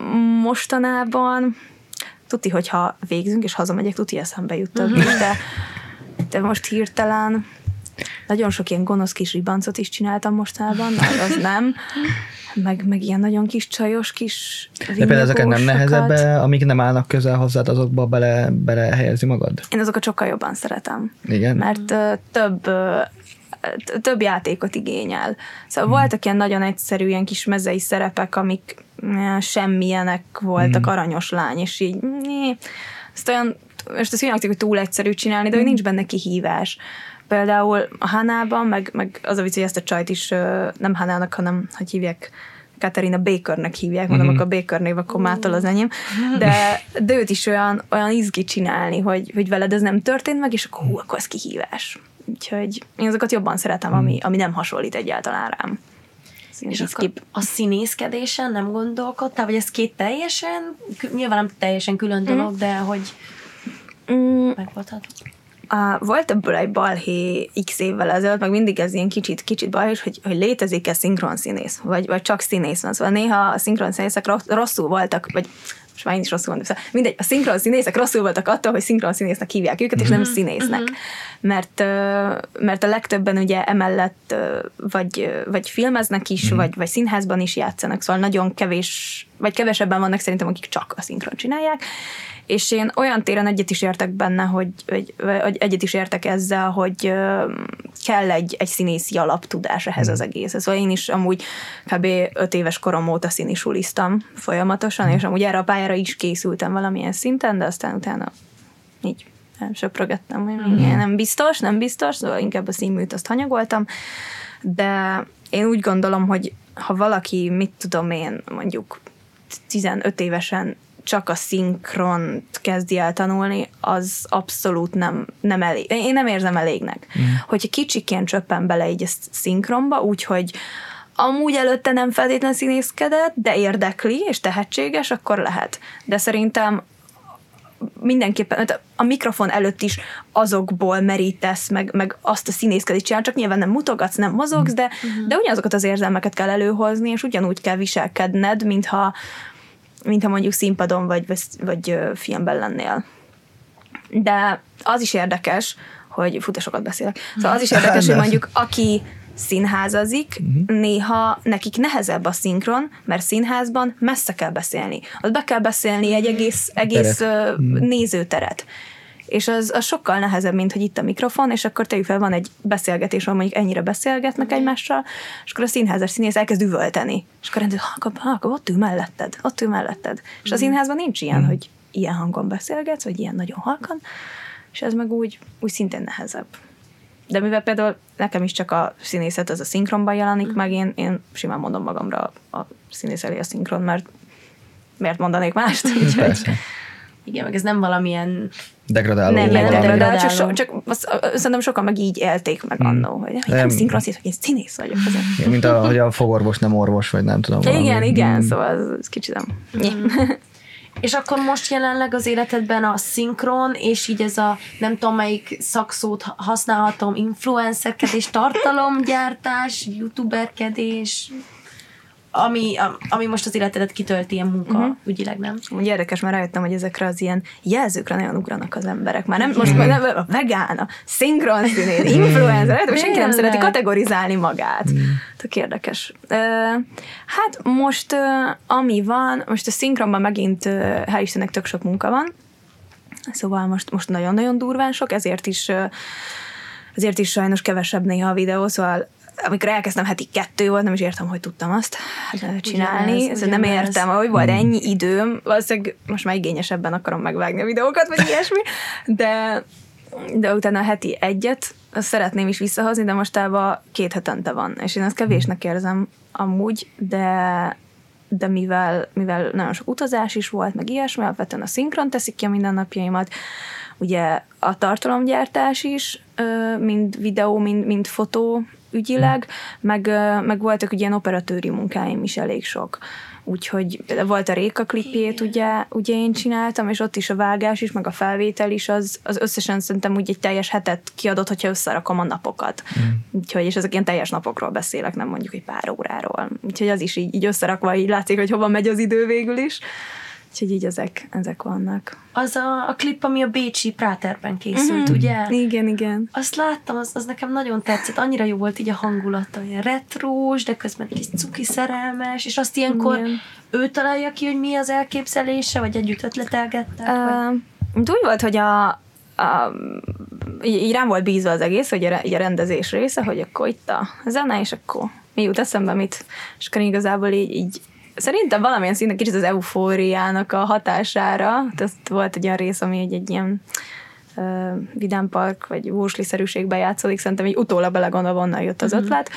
mostanában tuti, hogyha végzünk, és hazamegyek, tuti eszembe jut több is, de, de most hirtelen nagyon sok ilyen gonosz kis ribancot is csináltam mostában, az nem. Meg, meg ilyen nagyon kis csajos kis de például ezeket nem nehezebb, amik nem állnak közel hozzád, azokba bele, bele helyezi magad? Én azokat sokkal jobban szeretem. Igen? Mert uh, több, uh, több játékot igényel. Szóval hmm. voltak ilyen nagyon egyszerű, ilyen kis mezei szerepek, amik uh, semmilyenek voltak, hmm. aranyos lány, és így né, ezt olyan, most ezt olyan hogy túl egyszerű csinálni, de hogy nincs benne kihívás. Például a Hannában, meg, meg az a vicc, hogy ezt a csajt is nem Hannának, hanem, hogy hívják, Katarina Bakernek hívják, mondom, mm-hmm. akkor a Baker név, akkor mától az enyém, de, de őt is olyan, olyan izgi csinálni, hogy, hogy veled ez nem történt meg, és akkor hú, akkor ez kihívás. Úgyhogy én azokat jobban szeretem, mm. ami, ami nem hasonlít egyáltalán rám. És akkor a színészkedésen nem gondolkodtál, vagy ez két teljesen, nyilván nem teljesen külön dolog, mm. de hogy mm. megvoltatok? Uh, volt ebből egy balhé x évvel ezelőtt, meg mindig ez ilyen kicsit, kicsit balhés, hogy, hogy létezik-e szinkron színész, vagy, vagy csak színész van. Szóval néha a szinkron színészek rosszul voltak, vagy most már én is rosszul mondom, szóval mindegy, a szinkron színészek rosszul voltak attól, hogy szinkron színésznek hívják őket, és nem színésznek. Uh-huh. Mert, mert a legtöbben ugye emellett vagy, vagy filmeznek is, uh-huh. vagy, vagy színházban is játszanak, szóval nagyon kevés, vagy kevesebben vannak szerintem, akik csak a szinkron csinálják. És én olyan téren egyet is értek benne, hogy, hogy, hogy egyet is értek ezzel, hogy kell egy, egy színészi alaptudás ehhez az egészhez. Szóval én is amúgy kb. öt éves korom óta színisuliztam folyamatosan, és amúgy erre a pályára is készültem valamilyen szinten, de aztán utána így söprögettem, hogy nem biztos, nem biztos, szóval inkább a színműt azt hanyagoltam, de én úgy gondolom, hogy ha valaki, mit tudom én, mondjuk tizenöt évesen csak a szinkront kezdi el tanulni, az abszolút nem, nem elég. Én nem érzem elégnek. Mm. Hogyha kicsikén csöppen bele így a szinkronba, úgyhogy amúgy előtte nem feltétlenül színészkedett, de érdekli, és tehetséges, akkor lehet. De szerintem mindenképpen, a mikrofon előtt is azokból merítesz, meg, meg azt a színészkedést csinál, csak nyilván nem mutogatsz, nem mozogsz, de, mm. de ugyanazokat az érzelmeket kell előhozni, és ugyanúgy kell viselkedned, mintha mintha mondjuk színpadon vagy, vagy filmben lennél. De az is érdekes, hogy fú, de sokat beszélek. Szóval az is érdekes, hogy mondjuk aki színházazik, uh-huh. néha nekik nehezebb a szinkron, mert színházban messze kell beszélni. Ott be kell beszélni egy egész, egész uh, nézőteret. És az, az sokkal nehezebb, mint hogy itt a mikrofon, és akkor tegyük fel, van egy beszélgetés, ahol mondjuk ennyire beszélgetnek egymással, és akkor a színházas színész elkezd üvölteni. És akkor rendben, ha, ha, ha, ott ül melletted, ott ül melletted. És a színházban nincs ilyen, mm. hogy ilyen hangon beszélgetsz, vagy ilyen nagyon halkan, és ez meg úgy, úgy szintén nehezebb. De mivel például nekem is csak a színészet az a szinkronban jelenik, mm. meg én, én simán mondom magamra a színész elé a szinkron, mert miért mondanék mást? Úgyhogy Igen, meg ez nem valamilyen... Degradáló. Nem, nem, nem nem, degradáló. csak, so, csak azt, szerintem sokan meg így élték meg annó, hogy nem, nem szinkronszítok, én színész vagyok. Igen, mint a, hogy a fogorvos nem orvos, vagy nem tudom. Igen, valami. igen, szóval ez, ez kicsit nem. Mm. És akkor most jelenleg az életedben a szinkron, és így ez a nem tudom melyik szakszót használhatom, influencerkedés, tartalomgyártás, youtuberkedés, ami, ami most az életedet kitölti ilyen munka, uh-huh. ügyileg, nem? Úgy érdekes, már rájöttem, hogy ezekre az ilyen jelzőkre nagyon ugranak az emberek. Már nem, most uh-huh. már nem a vegán, a szinkron színész, influencer, de senki nem szereti kategorizálni magát. Uh-huh. Tök érdekes. Uh, hát most, uh, ami van, most a szinkronban megint, uh, hál' Istennek tök sok munka van, szóval most, most nagyon-nagyon durván sok, ezért is, uh, ezért is sajnos kevesebb néha a videó, szóval amikor elkezdtem, heti kettő volt, nem is értem, hogy tudtam azt csinálni. Ugyanez, szóval nem értem, hogy volt ennyi időm. Valószínűleg most már igényesebben akarom megvágni a videókat, vagy ilyesmi, de, de utána heti egyet, azt szeretném is visszahozni, de mostában két hetente van. És én azt kevésnek érzem amúgy, de, de mivel, mivel nagyon sok utazás is volt, meg ilyesmi, alapvetően a szinkron teszik ki a mindennapjaimat, ugye a tartalomgyártás is, mind videó, mind, mind fotó ügyileg, meg, meg voltak ugye ilyen operatőri munkáim is elég sok. Úgyhogy volt a Réka klipjét, ugye, ugye én csináltam, és ott is a vágás is, meg a felvétel is, az, az összesen szerintem úgy egy teljes hetet kiadott, hogyha összerakom a napokat. Mm. Úgyhogy, és ezek ilyen teljes napokról beszélek, nem mondjuk egy pár óráról. Úgyhogy az is így, így összerakva, így látszik, hogy hova megy az idő végül is. Úgyhogy így ezek, ezek vannak. Az a, a klip, ami a bécsi Práterben készült, mm-hmm. ugye? Igen, igen. Azt láttam, az, az nekem nagyon tetszett. Annyira jó volt így a hangulata, ilyen retrós, de közben kis cuki szerelmes, és azt ilyenkor igen. ő találja ki, hogy mi az elképzelése, vagy együtt ötletelgettek? Uh, vagy? Úgy volt, hogy a, a így, így rám volt bízva az egész, hogy a, így a rendezés része, hogy akkor itt a zene, és akkor mi jut eszembe, mit, és akkor igazából így, így szerintem valamilyen szinten kicsit az eufóriának a hatására, tehát volt egy olyan rész, ami egy, egy ilyen uh, vidámpark, vagy Wursley-szerűségben játszódik, szerintem így utólag belegondolva onnan jött az ötlet,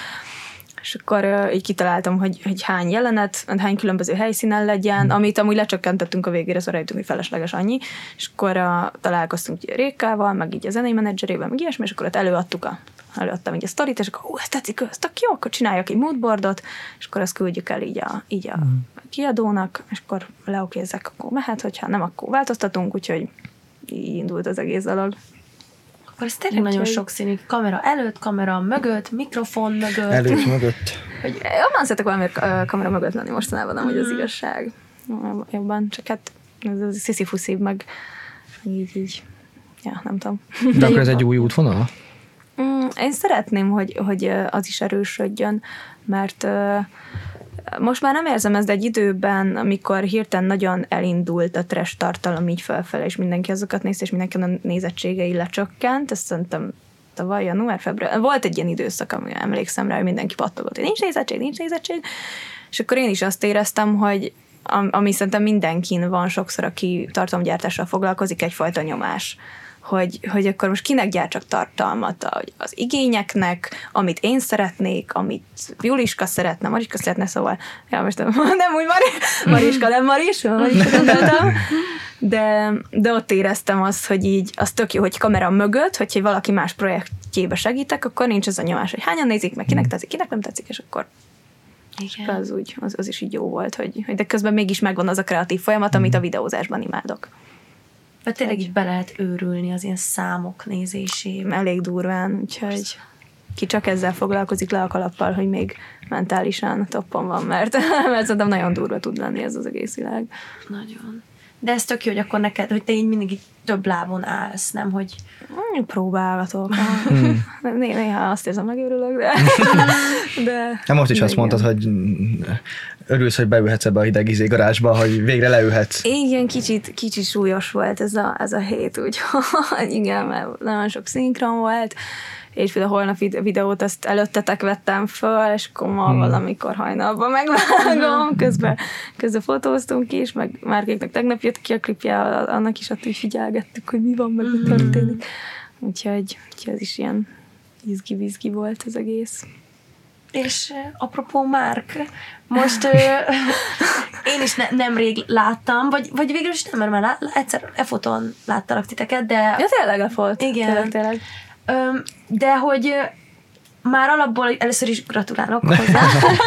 és akkor uh, így kitaláltam, hogy, hogy hány jelenet, hány különböző helyszínen legyen, amit amúgy lecsökkentettünk a végére, szóval rájöttünk, hogy felesleges annyi, és akkor uh, találkoztunk Rékával, meg így a zenei menedzserével, meg ilyesmi, és akkor ott előadtuk a előadtam így a sztorit, és akkor hú, ezt tetszik, ez tök jó, akkor csináljak egy moodboardot, és akkor azt küldjük el így a, így a mm. kiadónak, és akkor leokézzek, akkor mehet, hogyha nem, akkor változtatunk, úgyhogy így indult az egész dolog. Akkor ez tényleg nagyon sokszínű. Kamera előtt, kamera mögött, mikrofon mögött. Előtt, mögött. Hogy jobban szeretek valami kamera mögött lenni mostanában, nem, mm. hogy az igazság. Jobban, csak hát ez sziszifuszibb, meg így, így, ja, nem tudom. De, De akkor ez egy új útvonal? Én szeretném, hogy, hogy az is erősödjön, mert most már nem érzem ezt egy időben, amikor hirtelen nagyon elindult a trash tartalom így felfele, és mindenki azokat nézte, és mindenki a nézettségei lecsökkent. Ezt szerintem tavaly, január, február. Volt egy ilyen időszak, ami emlékszem rá, hogy mindenki pattogott, hogy nincs nézettség, nincs nézettség. És akkor én is azt éreztem, hogy ami szerintem mindenkin van sokszor, aki tartalomgyártással foglalkozik, egyfajta nyomás. Hogy, hogy akkor most kinek gyártsak tartalmat, az igényeknek, amit én szeretnék, amit Juliska szeretne, Mariska szeretne, szóval, ja, most nem, nem úgy Mari, Mariska, nem Maris, Mariska gondoltam, de, de ott éreztem azt, hogy így, az tök jó, hogy kamera mögött, hogyha valaki más projektjébe segítek, akkor nincs az a nyomás, hogy hányan nézik, meg kinek tetszik, kinek nem tetszik, és akkor igen. Az, úgy, az, az is így jó volt, hogy, hogy de közben mégis megvan az a kreatív folyamat, amit a videózásban imádok. Mert tényleg így be lehet őrülni az ilyen számok nézésében. Elég durván, úgyhogy ki csak ezzel foglalkozik le a kalappal, hogy még mentálisan toppon van, mert, mert szerintem nagyon durva tud lenni ez az egész világ. Nagyon. De ez tök jó, hogy akkor neked, hogy te így mindig így több lábon állsz, nem, hogy... Próbálgatok. Né- néha azt érzem, megőrülök, de... de de most is azt igen. mondtad, hogy örülsz, hogy beülhetsz ebbe a hideg izé garázsba, hogy végre leülhetsz. Igen, kicsit, kicsit súlyos volt ez a, ez a hét, úgyhogy igen, mert nagyon sok szinkron volt, és például holnap videót azt előttetek vettem föl, és akkor ma hmm. valamikor hajnalban megvágom, közben, közben fotóztunk is, meg Márkéknek tegnap jött ki a klipje, annak is ott így figyelgettük, hogy mi van, meg mi történik. Úgyhogy, úgyhogy ez is ilyen izgi-vizgi volt az egész. És apropó Márk, most én is ne, nemrég láttam, vagy, vagy végül is nem, mert már lá, egyszer e-fotón láttalak titeket, de... Ja, tényleg e-fot. Igen. Tényleg, tényleg. Öm, de hogy már alapból először is gratulálok hozzá.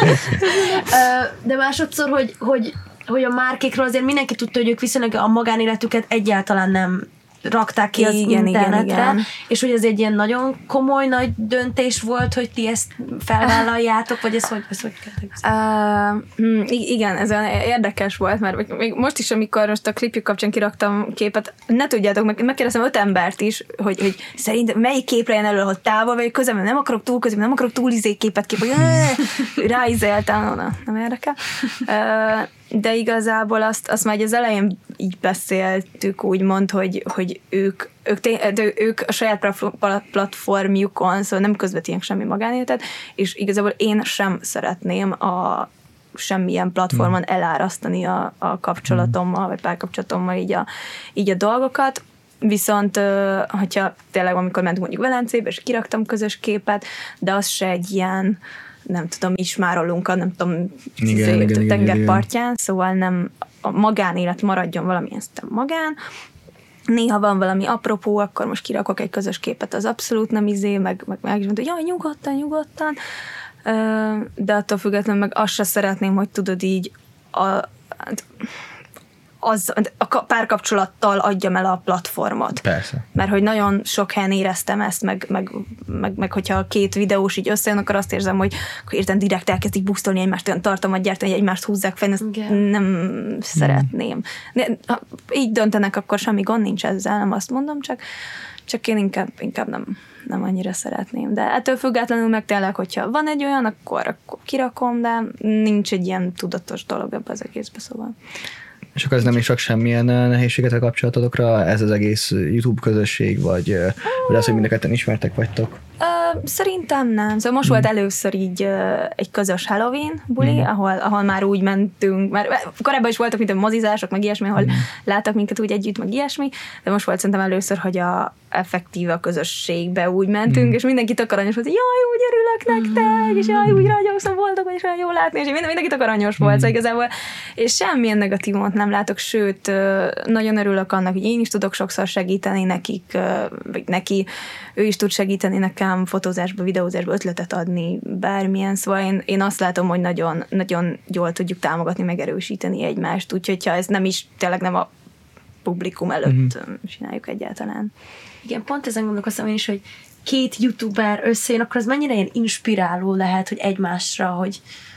De másodszor, hogy, hogy, hogy a márkékról azért mindenki tudta, hogy ők viszonylag a magánéletüket egyáltalán nem rakták ki az igen, internetre, igen, igen. és hogy ez egy ilyen nagyon komoly, nagy döntés volt, hogy ti ezt felvállaljátok, vagy ez hogy, ez hogy uh, igen, ez olyan érdekes volt, mert még most is, amikor most a klipjük kapcsán kiraktam képet, ne tudjátok, meg, megkérdeztem öt embert is, hogy, hogy szerintem melyik képre jön elő, hogy távol vagy közben, nem akarok túl közben, nem akarok túl izé képet kép, hogy ráizeltem, na, nem érdekel. Uh, de igazából azt, azt már az elején így beszéltük, úgymond, hogy, hogy ők, ők, tény, ők a saját platformjukon, szóval nem közvetítenek semmi magánéletet, és igazából én sem szeretném a semmilyen platformon elárasztani a, a kapcsolatommal, vagy párkapcsolatommal így a, így a dolgokat. Viszont, hogyha tényleg amikor mentünk mondjuk Velencébe, és kiraktam közös képet, de az se egy ilyen, nem tudom, ismárolunk a, nem tudom, igen, igen, igen, tengerpartján, igen. Szóval nem a magánélet maradjon valamilyen szinten magán. Néha van valami apropó, akkor most kirakok egy közös képet, az abszolút nem izé, meg, meg, meg is mondta, hogy jaj, nyugodtan, nyugodtan. De attól függetlenül meg azt se szeretném, hogy tudod így a, az, a párkapcsolattal adjam el a platformot. Persze. Mert hogy nagyon sok helyen éreztem ezt, meg, meg, meg, meg hogyha a két videós így összejön, akkor azt érzem, hogy akkor értem direkt elkezdik busztolni egymást, olyan tartalmat gyártani, hogy egymást húzzák fel, ezt igen. nem szeretném. De, ha így döntenek, akkor semmi gond nincs ezzel, nem azt mondom, csak, csak én inkább, inkább nem, nem annyira szeretném. De ettől függetlenül meg tényleg, hogyha van egy olyan, akkor, akkor kirakom, de nincs egy ilyen tudatos dolog ebbe az egészbe, szóval. És akkor ez nem is csak semmilyen nehézséget a kapcsolatodokra, ez az egész YouTube közösség, vagy, vagy az, hogy mind a ketten ismertek vagytok? Uh, szerintem nem. Szóval most mm. volt először így uh, egy közös Halloween buli, mm. ahol, ahol már úgy mentünk, mert korábban is voltak, mint a mozizások, meg ilyesmi, ahol mm. láttak minket úgy együtt, meg ilyesmi, de most volt szerintem először, hogy a effektív a közösségbe úgy mentünk, mm. és mindenki tök aranyos volt, hogy jaj, úgy örülök nektek, és jaj, úgy ragyogszom, boldog, és olyan jól látni, és mindenki tök aranyos volt, mm. szóval igazából, és semmilyen negatívumot nem látok, sőt, nagyon örülök annak, hogy én is tudok sokszor segíteni nekik, vagy neki, ő is tud segíteni nekem fotózásba, videózásba, ötletet adni, bármilyen, szóval én, én azt látom, hogy nagyon, nagyon jól tudjuk támogatni, megerősíteni egymást, úgyhogy ha ez nem is, tényleg nem a publikum előtt mm-hmm. csináljuk egyáltalán. Igen, pont ezen gondolkoztam én is, hogy két youtuber összejön, akkor az mennyire ilyen inspiráló lehet, hogy egymásra, hogy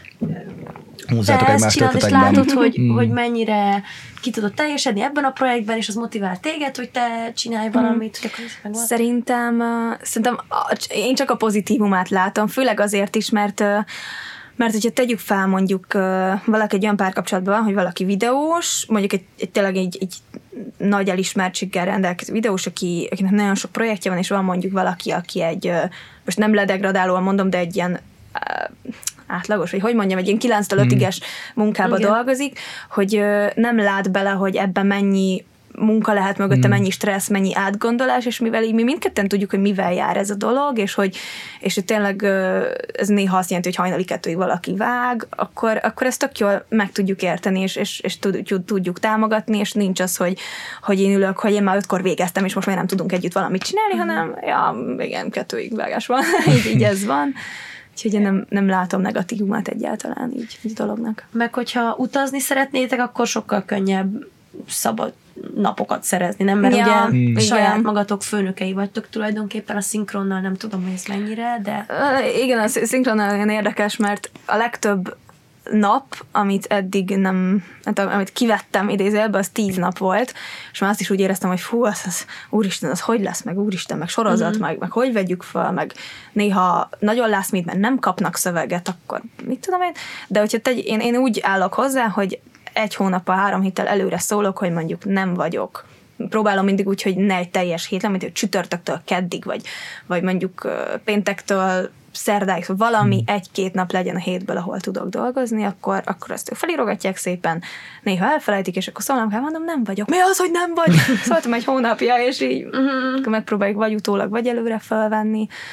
húzzátok egymást csinálod, és ötletekben. látod, hogy, mm. hogy mennyire ki tudod teljesedni ebben a projektben, és az motivál téged, hogy te csinálj valamit. Mm. Hogy szerintem, uh, szerintem uh, én csak a pozitívumát látom, főleg azért is, mert uh, mert hogyha tegyük fel mondjuk uh, valaki egy olyan párkapcsolatban van, hogy valaki videós, mondjuk egy, egy tényleg egy, egy nagy elismertséggel rendelkező videós, aki, akinek nagyon sok projektje van, és van mondjuk valaki, aki egy, uh, most nem ledegradálóan mondom, de egy ilyen uh, átlagos, vagy hogy mondjam, egy ilyen kilenctől ötiges munkába igen. dolgozik, hogy uh, nem lát bele, hogy ebben mennyi munka lehet mögötte, mm. mennyi stressz, mennyi átgondolás, és mivel így mi mindketten tudjuk, hogy mivel jár ez a dolog, és hogy, és hogy tényleg ez néha azt jelenti, hogy hajnali kettőig valaki vág, akkor, akkor ezt tök jól meg tudjuk érteni, és, és, és tudjuk támogatni, és nincs az, hogy, hogy én ülök, hogy én már ötkor végeztem, és most már nem tudunk együtt valamit csinálni, mm. hanem ja, igen, kettőig vágás van, így, így ez van. Úgyhogy én nem, nem látom negatívumát egyáltalán így, így dolognak. Meg hogyha utazni szeretnétek, akkor sokkal könnyebb szabad napokat szerezni, nem? Mert ja, ugye hmm. saját magatok főnökei vagytok tulajdonképpen a szinkronnal, nem tudom, hogy ez mennyire, de... Uh, igen, a szinkronnal olyan érdekes, mert a legtöbb nap, amit eddig nem, amit kivettem idézőjelben, az tíz nap volt, és már azt is úgy éreztem, hogy fú, az, az úristen, az hogy lesz, meg úristen, meg sorozat, mm-hmm. meg, meg hogy vegyük fel, meg néha nagyon last minute, mert nem kapnak szöveget, akkor mit tudom én, de hogyha tegy, én, én úgy állok hozzá, hogy egy hónappal, három héttel előre szólok, hogy mondjuk nem vagyok. Próbálom mindig úgy, hogy ne egy teljes hét, mint hogy csütörtöktől keddig, vagy, vagy mondjuk péntektől szerdáig, szóval valami hmm. egy-két nap legyen a hétből, ahol tudok dolgozni, akkor, akkor ezt ők felírogatják szépen, néha elfelejtik, és akkor szólom kell, mondom, nem vagyok. Mi az, hogy nem vagy? Szóltam egy hónapja, és így akkor megpróbáljuk vagy utólag, vagy előre felvenni,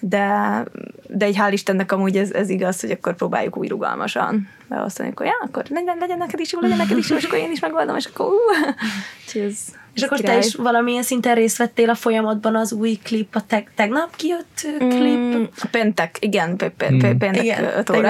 de, de egy hál' Istennek amúgy ez, ez igaz, hogy akkor próbáljuk új rugalmasan beosztani, akkor ja, akkor legyen, legyen neked is jó, legyen neked is jó, és akkor én is megoldom, és akkor uh, ez, és akkor király. Te is valamilyen szinten részt vettél a folyamatban, az új klip, a te- tegnap kijött klip? Mm, péntek, igen, p- p- p- péntek öt óra.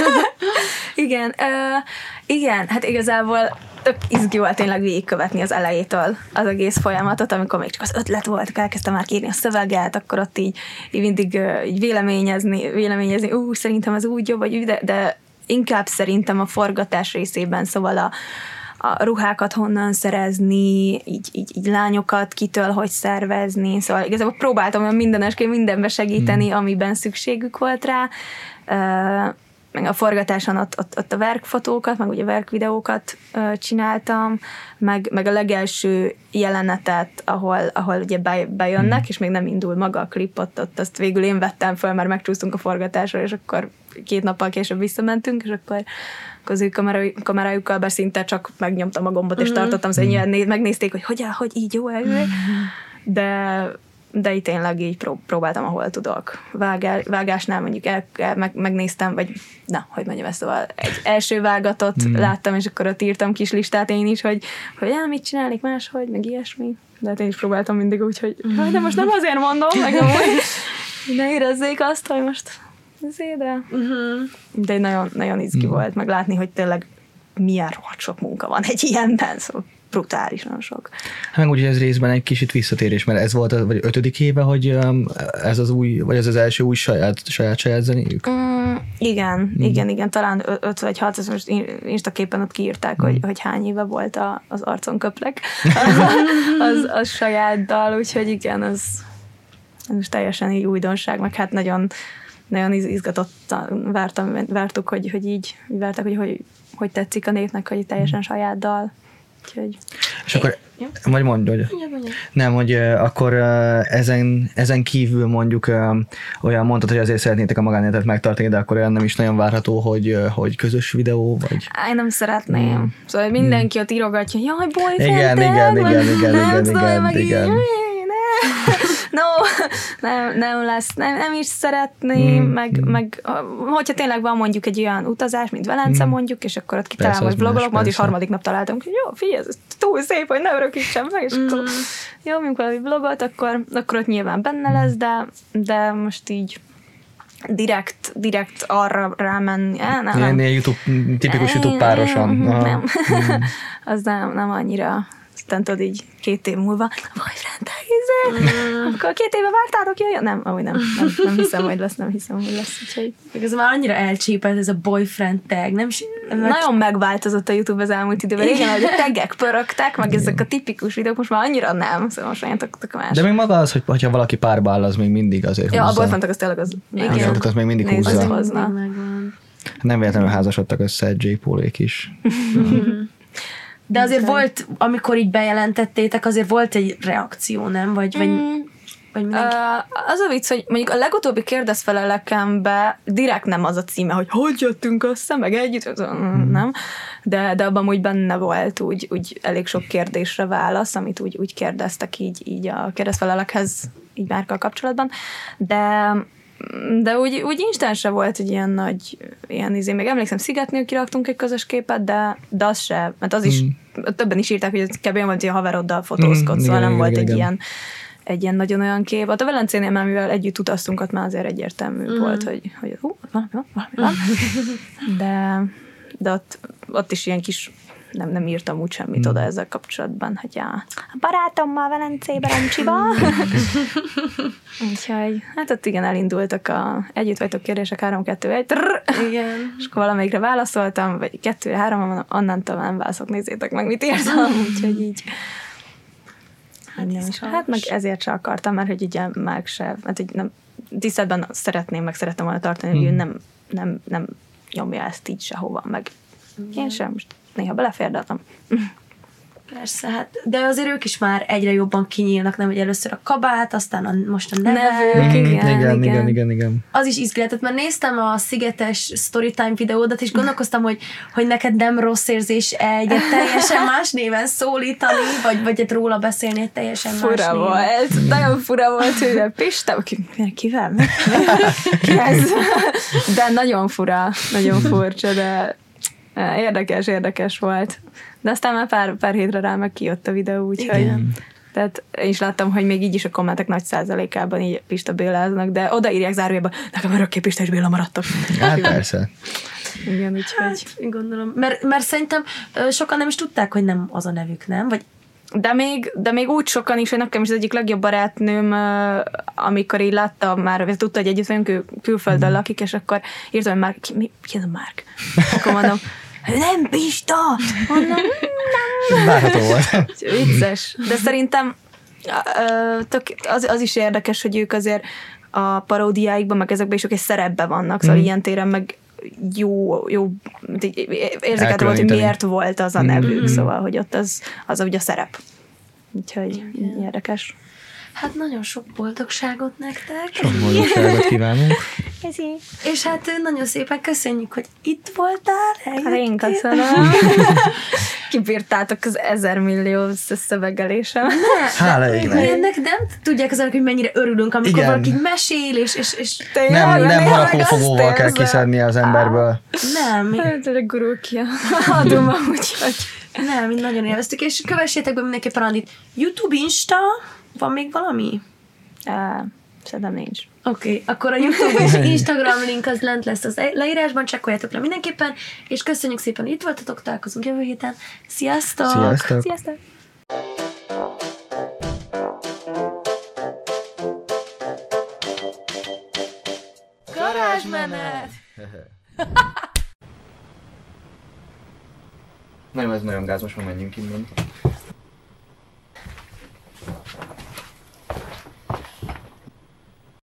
Igen, uh, igen, hát igazából tök izgi volt tényleg végigkövetni az elejétől az egész folyamatot, amikor még csak az ötlet volt, akkor elkezdtem már írni a szöveget, akkor ott így, így mindig uh, így véleményezni, véleményezni, ú, szerintem ez úgy jobb, vagy úgy, de, de inkább szerintem a forgatás részében, szóval a, a ruhákat honnan szerezni, így, így, így lányokat kitől hogy szervezni, szóval igazából próbáltam olyan mindenesként mindenbe segíteni, hmm. amiben szükségük volt rá, uh, meg a forgatáson ott, ott, ott a verkfotókat, meg ugye verkvideókat uh, csináltam, meg, meg a legelső jelenetet, ahol, ahol ugye bejönnek, mm. és még nem indul maga a klip, ott, ott azt végül én vettem föl, mert megcsúsztunk a forgatásra, és akkor két nappal később visszamentünk, és akkor, akkor az ő kamerai, kamerájukkal be szinte csak megnyomtam a gombot, és mm. tartottam, szóval mm. megnézték, hogy hogy áll, hogy így jó elő, mm. de de itt tényleg így prób- próbáltam, ahol tudok. Vágá- vágásnál mondjuk el, el, meg, megnéztem, vagy na, hogy mondjam ezt, szóval egy első vágatot mm. láttam, és akkor ott írtam kis listát én is, hogy, hogy ja, mit csinálnék máshogy, meg ilyesmi. De hát én is próbáltam mindig úgy, hogy mm. de most nem azért mondom, meg amúgy, ne érezzék azt, hogy most azért, de, mm-hmm. de nagyon, nagyon izgi mm. volt, meg látni, hogy tényleg milyen rohadt sok munka van egy ilyenben, szóval brutálisan sok. Hát meg ugye ez részben egy kicsit visszatérés, mert ez volt a vagy ötödik éve, hogy ez az új, vagy ez az első új saját, saját, saját zenéjük? Mm, igen, mm. igen, igen, talán öt vagy hat, ez most Instaképpen ott kiírták, mm. hogy, hogy hány éve volt a, az arcon köplek, az, az saját dal, úgyhogy igen, az, ez most teljesen így újdonság, meg hát nagyon, nagyon izgatottan vártam, vártuk, hogy, hogy így, így vártak, hogy, hogy hogy tetszik a népnek, hogy teljesen mm. saját dal. Úgyhogy... És akkor, é, vagy mondj, hogy... Mondja, mondja. Nem, hogy uh, akkor uh, ezen, ezen kívül mondjuk uh, olyan mondtad, hogy azért szeretnétek a magánéletet megtartani, de akkor olyan nem is nagyon várható, hogy, uh, hogy közös videó, vagy... Én nem szeretném. Mm. Szóval mindenki mm. ott írogatja, jaj, boyfriend, igen, igen, igen, igen, igen, nem, igen, szóval igen, igen. No, nem, nem lesz, nem, nem is szeretném, mm, meg, mm. meg hogyha tényleg van mondjuk egy olyan utazás, mint Velence mm. mondjuk, és akkor ott kitalálom, hogy vlogolok, majd is harmadik nap találtam, hogy jó, figyelj, ez túl szép, hogy ne örökítsem meg, és mm. akkor jó, amikor valami vlogot, akkor, akkor ott nyilván benne lesz, de, de most így direkt, direkt arra rámenni. Nem, nem. Ilyen, ilyen YouTube, tipikus YouTube párosan. Nem, mm. az nem, nem annyira. Aztán tudod így két év múlva, boyfriend-tek, mm. akkor két éve vártátok, jöjjön? Nem, ahogy nem, nem, nem hiszem, hogy lesz, nem hiszem, hogy lesz. Úgyhogy... Ez már annyira elcsépelt, ez a boyfriend tag, nem is... Nagyon megváltozott a YouTube az elmúlt időben. Igen, hogy a taggek pörögtek, meg ezek a tipikus videók, most már annyira nem, szóval most olyan tök más. De még maga az, hogy ha valaki párba áll, az még mindig azért ja, húzza. Ja, a boyfriend az tényleg az... Igen, igen. Az még mindig Nézd, húzza. hozna. Nem véletlenül házasodtak össze egy Jake Paulék is. De azért okay. volt, amikor így bejelentettétek, azért volt egy reakció, nem? Vagy, vagy, mm. vagy uh, az a vicc, hogy mondjuk a legutóbbi kérdezfelelekembe direkt nem az a címe, hogy hogy jöttünk össze, meg együtt, mm. nem? De, de abban úgy benne volt úgy, úgy elég sok kérdésre válasz, amit úgy, úgy kérdeztek így, így a kérdezfelelekhez így Márkkal kapcsolatban. De de úgy, úgy instánse volt egy ilyen nagy, ilyen izé, még emlékszem, Szigetnél kiraktunk egy közös képet, de, de az se, mert az is, mm. többen is írták, hogy ez kb. Olyan volt, hogy a haveroddal fotózkodsz, mm, szóval nem igen, volt igen, egy, igen. Ilyen, egy ilyen nagyon olyan kép. Ott a Velencénél már, mivel együtt utaztunk, ott már azért egyértelmű mm. volt, hogy, hogy hú, valami van, valami van. De, de ott, ott is ilyen kis nem, nem írtam úgy semmit mm. oda ezzel kapcsolatban, hogy a barátommal Velencébe Rancsiba. Úgyhogy, hát ott igen, elindultak a együtt vagytok kérdések, három, kettő, egy, igen. És akkor valamelyikre válaszoltam, vagy kettő, három, onnantól nem válaszok, nézzétek meg, mit írtam, úgyhogy így. Hát, hát meg ezért se akartam, mert hogy ugye meg se, mert így nem, tiszteletben szeretném, meg szerettem volna tartani, mm. hogy ő nem, nem, nem nyomja ezt így sehova, meg igen. Én sem most néha belefér, de nem. Persze, hát, de azért ők is már egyre jobban kinyílnak, nem, hogy először a kabát, aztán a, most a neve. Nevők, igen, igen, igen, igen. igen, igen. Az is izgületett, mert néztem a Szigetes Storytime videódat, és gondolkoztam, hogy, hogy neked nem rossz érzés egy teljesen más néven szólítani, vagy, vagy egy róla beszélni egy teljesen Fura más néven. volt, nagyon fura volt, hogy Pista, ki, kivel? Ki ez? De nagyon fura, nagyon furcsa, de érdekes, érdekes volt. De aztán már pár, pár hétre rá meg kijött a videó, úgyhogy... Tehát én is láttam, hogy még így is a kommentek nagy százalékában így Pista Béláznak, de odaírják zárójában, nekem örökké Pista és Béla maradtok. Hát persze. Igen, úgyhogy... Hát, én gondolom. Mert, mert szerintem ö, sokan nem is tudták, hogy nem az a nevük, nem? Vagy De még, de még úgy sokan is, hogy nekem is az egyik legjobb barátnőm, amikor így láttam már, vagy tudta, hogy együtt vagyunk, ő külföldön mm. lakik, és akkor írtam, hogy Márk, ki, mi, ki ez a Márk? Akkor mondom, nem Pista! Mondom, nem. Várható volt. Vicces. De szerintem tök, az, az is érdekes, hogy ők azért a paródiáikban, meg ezekben is ők egy szerepben vannak, szóval mm. ilyen téren meg jó, jó érzékelhető volt, hogy miért volt az a nevük, mm. szóval, hogy ott az, az ugye a szerep. Úgyhogy yeah. érdekes. Hát nagyon sok boldogságot nektek. Sok boldogságot kívánunk. És hát nagyon szépen köszönjük, hogy itt voltál. Hát én köszönöm. Kibírtátok az ezer millió szövegelésem. Hála égnek. Ennek nem tudják az emberek, hogy mennyire örülünk, amikor igen. valaki mesél, és... és, és nem nem harapófogóval kell kiszedni az emberből. Nem. Hát, a gurul ki a haduma, úgyhogy... Nem, mi nagyon élveztük, és kövessétek be mindenképpen Andit. YouTube, Insta, van még valami? Uh, szerintem nincs. Oké, okay, akkor a YouTube és Instagram link az lent lesz az leírásban, csekkoljátok le mindenképpen, és köszönjük szépen, hogy itt voltatok, találkozunk jövő héten. Sziasztok! Sziasztok! Sziasztok! Garázsmenet! Nem, ez nagyon gáz, most már menjünk innen.